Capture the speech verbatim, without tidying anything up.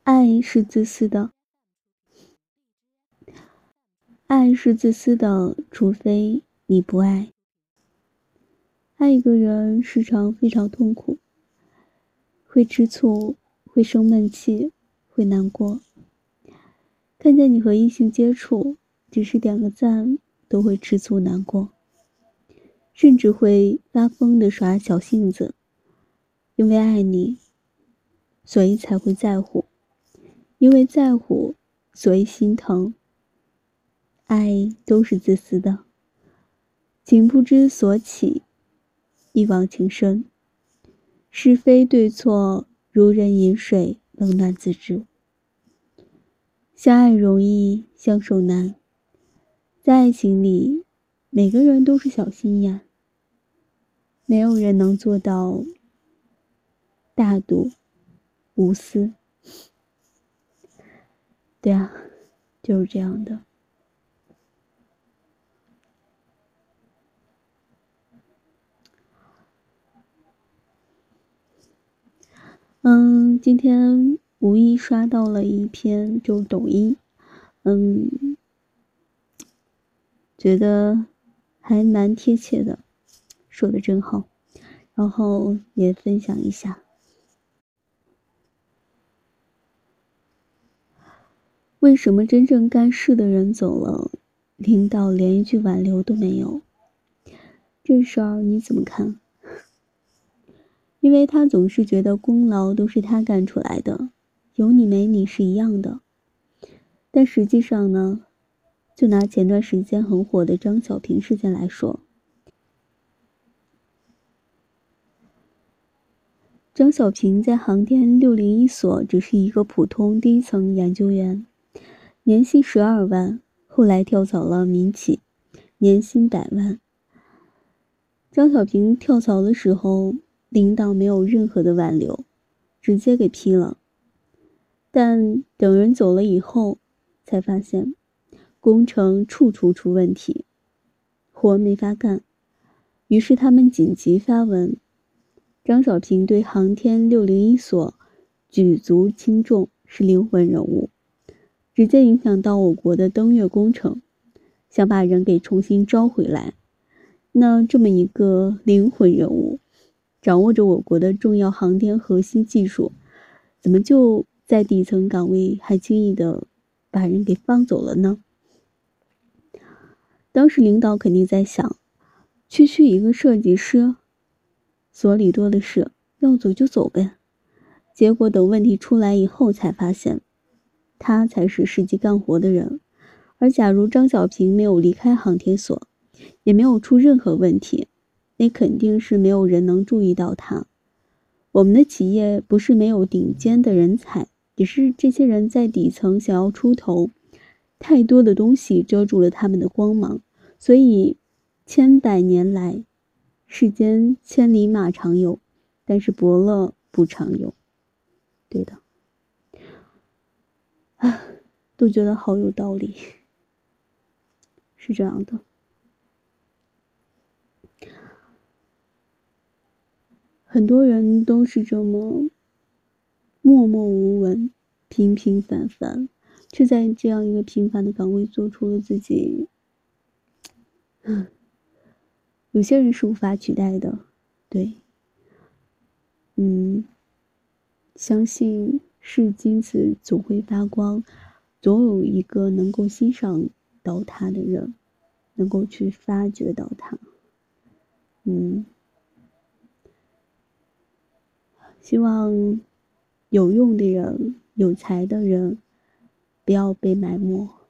爱是自私的，爱是自私的，除非你不爱。爱一个人时常非常痛苦，会吃醋，会生闷气，会难过。看见你和异性接触，只是点个赞，都会吃醋难过，甚至会发疯地耍小性子。因为爱你，所以才会在乎；因为在乎，所以心疼。爱都是自私的，情不知所起，一往情深。是非对错，如人饮水，冷暖自知。相爱容易，相守难。在爱情里，每个人都是小心眼，没有人能做到大度无私。对啊，就是这样的。嗯，今天无意刷到了一篇就抖音，嗯，觉得还蛮贴切的，说的真好，然后也分享一下。为什么真正干事的人走了，领导连一句挽留都没有？这事儿你怎么看？因为他总是觉得功劳都是他干出来的，有你没你是一样的。但实际上呢，就拿前段时间很火的张小平事件来说，张小平在航天六零一所只是一个普通低层研究员，年薪十二万，后来跳槽了民企，年薪百万。张小平跳槽的时候，领导没有任何的挽留，直接给批了。但等人走了以后，才发现工程处处出问题，活没法干。于是他们紧急发文，张小平对航天六零一所举足轻重，是灵魂人物，直接影响到我国的登月工程，想把人给重新招回来。那这么一个灵魂人物，掌握着我国的重要航天核心技术，怎么就在底层岗位还轻易的把人给放走了呢？当时领导肯定在想，区区一个设计师，所里多的事，要走就走呗。结果等问题出来以后才发现，他才是实际干活的人。而假如张小平没有离开航天所，也没有出任何问题，那肯定是没有人能注意到他。我们的企业不是没有顶尖的人才，只是这些人在底层想要出头，太多的东西遮住了他们的光芒，所以千百年来，世间千里马常有，但是伯乐不常有。对的，啊，都觉得好有道理，是这样的。很多人都是这么默默无闻，平平凡凡，却在这样一个平凡的岗位做出了自己，有些人是无法取代的。对，嗯，相信是金子总会发光，总有一个能够欣赏到它的人，能够去发掘到它。嗯，希望有用的人，有才的人，不要被埋没。